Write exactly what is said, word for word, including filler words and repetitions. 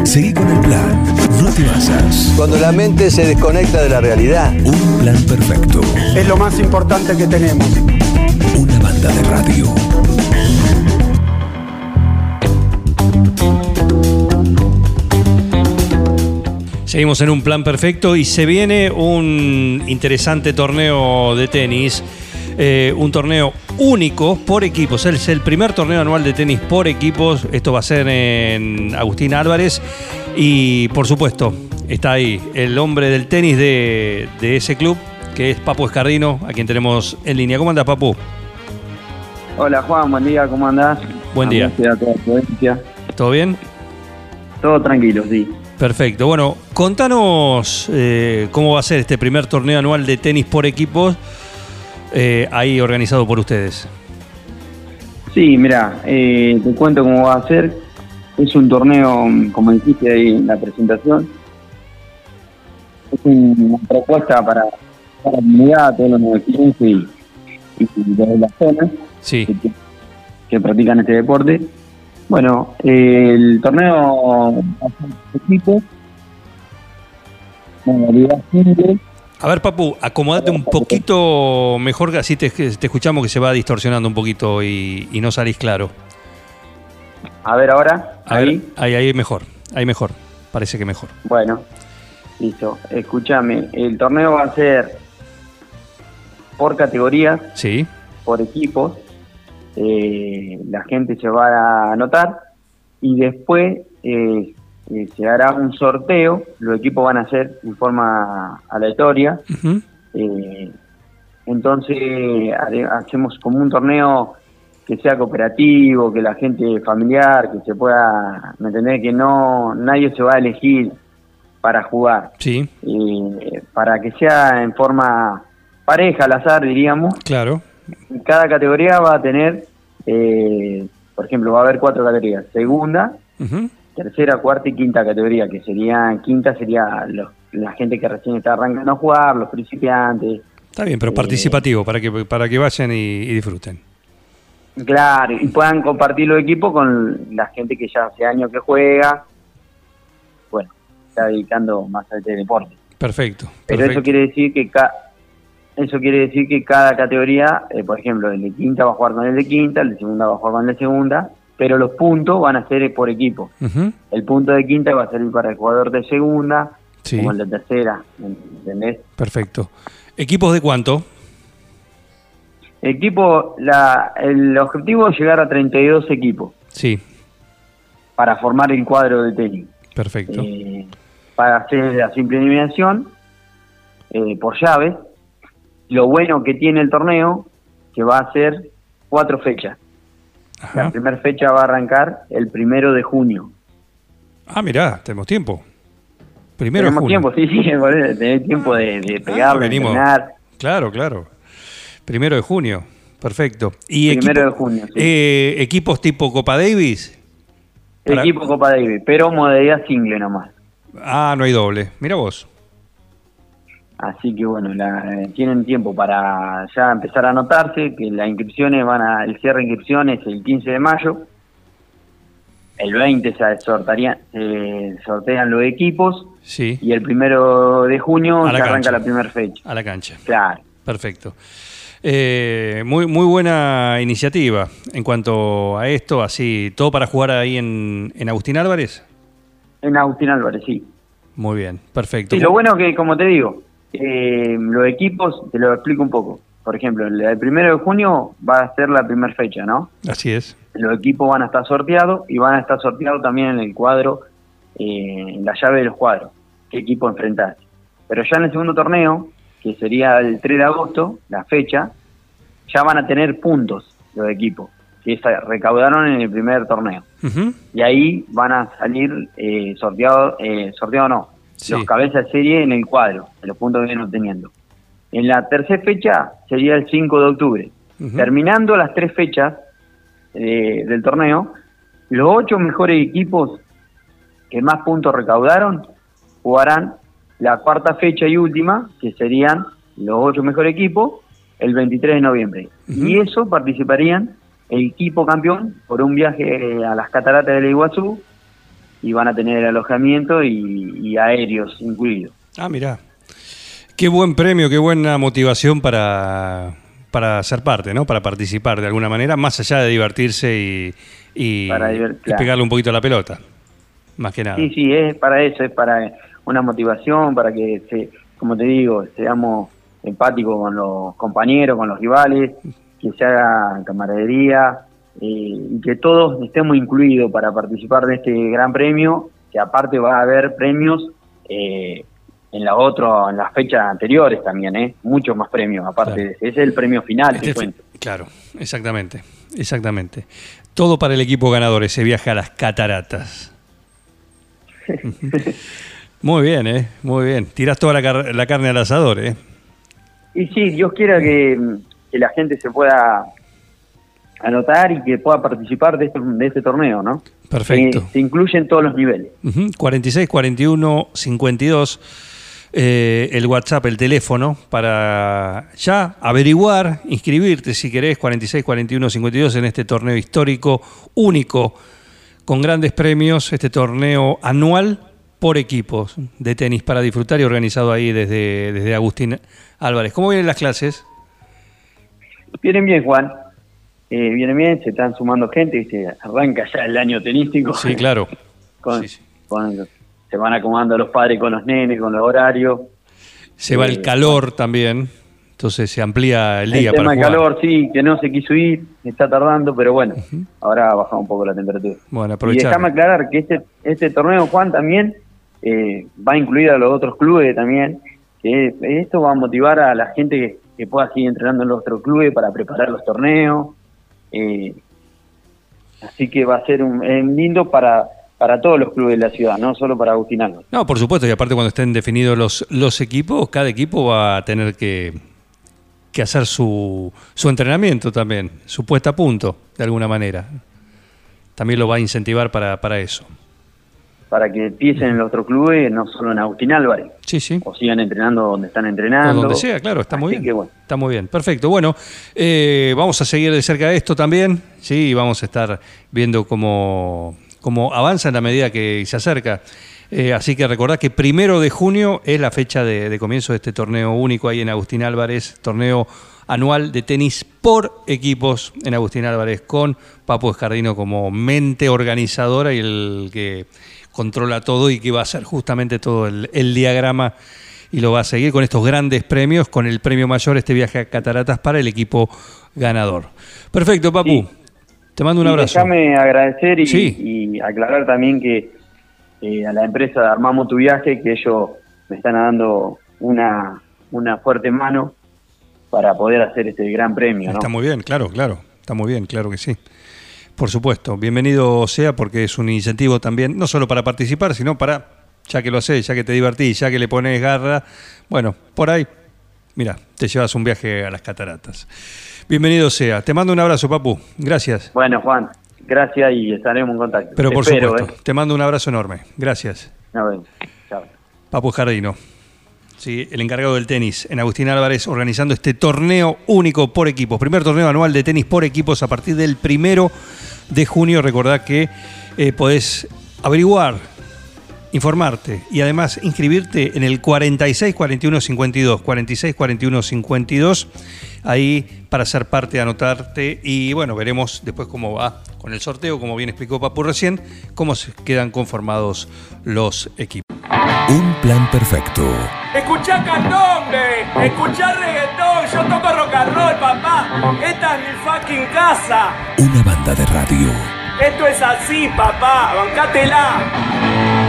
Seguí con el plan. No te basas. Cuando la mente se desconecta de la realidad. Un plan perfecto. Es lo más importante que tenemos. Una banda de radio. Seguimos en un plan perfecto y se viene un interesante torneo de tenis, eh, un torneo único por equipos. Es el primer torneo anual de tenis por equipos. Esto va a ser en Agustín Álvarez y, por supuesto, está ahí el hombre del tenis de, de ese club, que es Papu Escardino, a quien tenemos en línea. ¿Cómo andás, Papu? Hola, Juan, buen día, ¿cómo andás? Buen día. A toda la provincia. ¿Todo bien? Todo tranquilo, sí. Perfecto. Bueno, contanos eh, cómo va a ser este primer torneo anual de tenis por equipos eh, ahí organizado por ustedes. Sí, mira, eh, te cuento cómo va a ser. Es un torneo, como dijiste ahí en la presentación, es una propuesta para, para la comunidad, todos los neoquienses y, y de la zona sí. que, que practican este deporte. Bueno, eh, el torneo equipo, modalidad single. A ver, Papu, acomodate un poquito mejor, así te, te escuchamos que se va distorsionando un poquito y, y no salís claro. A ver ahora, a ahí. Ver, ahí, ahí mejor, ahí mejor, parece que mejor. Bueno, listo. Escúchame, el torneo va a ser por categorías, sí, por equipos. Eh, la gente se va a anotar y después eh, eh, se hará un sorteo. Los equipos van a ser en forma aleatoria. Uh-huh. eh, entonces haré, hacemos como un torneo que sea cooperativo, que la gente familiar, que se pueda, ¿me entendés? Que no nadie se va a elegir para jugar, sí, eh, para que sea en forma pareja, al azar, diríamos. Claro. Cada categoría va a tener, eh, por ejemplo, va a haber cuatro categorías: segunda, uh-huh, tercera, cuarta y quinta categoría, que serían, quinta sería los, la gente que recién está arrancando a jugar, los principiantes. Está bien, pero eh, participativo, para que para que vayan y, y disfruten. Claro, y puedan compartir los equipos con la gente que ya hace años que juega, bueno, está dedicando más a este deporte. Perfecto. Pero perfecto. eso quiere decir que cada... Eso quiere decir que cada categoría, eh, por ejemplo, el de quinta va a jugar con el de quinta, el de segunda va a jugar con el de segunda, pero los puntos van a ser por equipo. Uh-huh. El punto de quinta va a servir para el jugador de segunda, sí, como el de tercera, ¿entendés? Perfecto. ¿Equipos de cuánto? Equipo, la, el objetivo es llegar a treinta y dos equipos. Sí. Para formar el cuadro de tenis. Perfecto. Eh, para hacer la simple eliminación eh, por llaves. Lo bueno que tiene el torneo, que va a ser cuatro fechas. Ajá. La primera fecha va a arrancar el primero de junio. Ah, mirá, tenemos tiempo. Primero Tenemos de junio. tiempo, sí, sí, tener tiempo de, de pegarle, ah, de entrenar. Claro, claro. Primero de junio, perfecto. ¿Y primero equipo, de junio, sí. eh, equipos tipo Copa Davis? Para... Equipo Copa Davis, pero modalidad single nomás. Ah, no hay doble. Mira vos. Así que bueno, la, tienen tiempo para ya empezar a anotarse, que las inscripciones van a, el cierre de inscripciones el quince de mayo, el veinte se sortearían, se sortean los equipos, sí, y el primero de junio se arranca la primera fecha. A la cancha. Claro. Perfecto. Eh, muy, muy buena iniciativa en cuanto a esto, así, todo para jugar ahí en, en Agustín Álvarez. En Agustín Álvarez, sí. Muy bien, perfecto. Y lo bueno que, como te digo, Eh, los equipos, te lo explico un poco. Por ejemplo, el, el primero de junio va a ser la primera fecha, ¿no? Así es. Los equipos van a estar sorteados y van a estar sorteados también en el cuadro, eh, en la llave de los cuadros, qué equipo enfrentar. Pero ya en el segundo torneo, que sería el tres de agosto, la fecha, ya van a tener puntos los equipos que recaudaron en el primer torneo. Uh-huh. Y ahí van a salir eh, sorteados, eh, sorteado no, sí, los cabezas de serie en el cuadro, de los puntos que vienen obteniendo. En la tercera fecha sería el cinco de octubre. Uh-huh. Terminando las tres fechas eh, del torneo, los ocho mejores equipos que más puntos recaudaron jugarán la cuarta fecha y última, que serían los ocho mejores equipos, el veintitrés de noviembre. Uh-huh. Y eso participarían el equipo campeón por un viaje a las cataratas del Iguazú y van a tener el alojamiento y, y aéreos incluidos. Ah, mirá. Qué buen premio, qué buena motivación para, para ser parte, ¿no? Para participar de alguna manera, más allá de divertirse y, y, Para divert- y claro. pegarle un poquito a la pelota. Más que nada. Sí, sí, es para eso, es para una motivación, para que, se, como te digo, seamos empáticos con los compañeros, con los rivales, que se haga camaradería eh, y que todos estemos incluidos para participar de este gran premio, que aparte va a haber premios eh, en la otro, en las fechas anteriores también, ¿eh? Muchos más premios, aparte Claro. de ese. Ese es el premio final, Este te fi- cuento. Claro, exactamente, exactamente. Todo para el equipo ganador, ese viaje a las cataratas. Muy bien, ¿eh? Muy bien. Tirás toda la, car- la carne al asador, ¿eh? Y sí, Dios quiera que, que la gente se pueda anotar y que pueda participar de este, de este torneo, ¿no? Perfecto. Eh, se incluyen todos los niveles. Ujú, cuarenta y seis, cuarenta y uno, cincuenta y dos, eh, el WhatsApp, el teléfono, para ya averiguar, inscribirte si querés, cuarenta y seis, cuarenta y uno, cincuenta y dos, en este torneo histórico, único, con grandes premios, este torneo anual por equipos de tenis para disfrutar y organizado ahí desde, desde Agustín Álvarez. ¿Cómo vienen las clases? Vienen bien, Juan. Eh, vienen bien, se están sumando gente y se arranca ya el año tenístico. Sí, claro. Con, Sí, sí. con- se van acomodando los padres con los nenes, con los horarios. Se va Eh, el calor también, entonces se amplía el El día tema para del jugar. calor, sí, que no se quiso ir, está tardando, pero bueno, ahora ha bajado un poco la temperatura. Bueno, Y aprovechar. déjame aclarar que este, este torneo, Juan, también eh, va a incluir a los otros clubes también, que esto va a motivar a la gente que, que pueda seguir entrenando en los otros clubes para preparar los torneos. Eh, así que va a ser un, eh, lindo para, para todos los clubes de la ciudad, no solo para Agustín Álvarez. No, por supuesto, y aparte cuando estén definidos los, los equipos, cada equipo va a tener que, que hacer su, su entrenamiento también, su puesta a punto, de alguna manera. También lo va a incentivar para, para eso. Para que empiecen en los otros clubes, no solo en Agustín Álvarez, Sí, sí. o sigan entrenando donde están O entrenando. donde sea, claro, está muy Así bien. que bueno. Está muy bien, perfecto. Bueno, eh, vamos a seguir de cerca esto también, sí, y vamos a estar viendo cómo, cómo avanza en la medida que se acerca. Eh, así que recordad que primero de junio es la fecha de, de comienzo de este torneo único ahí en Agustín Álvarez, torneo anual de tenis por equipos en Agustín Álvarez, con Papu Escardino como mente organizadora y el que controla todo y que va a hacer justamente todo el, el diagrama y lo va a seguir con estos grandes premios, con el premio mayor, este viaje a Cataratas para el equipo ganador. Perfecto, Papu. Sí. Te mando un Y abrazo. Déjame agradecer y, Sí. y aclarar también que eh, a la empresa Armamos Tu Viaje, que ellos me están dando una, una fuerte mano para poder hacer este gran premio, ¿no? Está muy bien, claro, claro. Está muy bien, claro que sí. Por supuesto, bienvenido sea porque es un incentivo también, no solo para participar, sino para, ya que lo haces, ya que te divertís, ya que le pones garra, bueno, por ahí, mira, te llevas un viaje a las cataratas. Bienvenido sea. Te mando un abrazo, Papu. Gracias. Bueno, Juan, gracias y estaremos en contacto. Pero Te por espero, supuesto, ¿eh? te mando un abrazo enorme. Gracias. Nos vemos. Chao. Papu Jardino, sí, el encargado del tenis en Agustín Álvarez, organizando este torneo único por equipos. Primer torneo anual de tenis por equipos a partir del primero de junio. Recordá que eh, podés averiguar, informarte y además inscribirte en el cuarenta y seis, cuarenta y uno, cincuenta y dos. cuarenta y seis, cuarenta y uno, cincuenta y dos. Ahí para ser parte, anotarte. Y bueno, veremos después cómo va con el sorteo, como bien explicó Papu recién, cómo se quedan conformados los equipos. Un plan perfecto. Escuchá candombe, escuchá reggaetón, yo toco rock and roll, papá. Esta es mi fucking casa. Una banda de radio. Esto es así, papá, bancátela.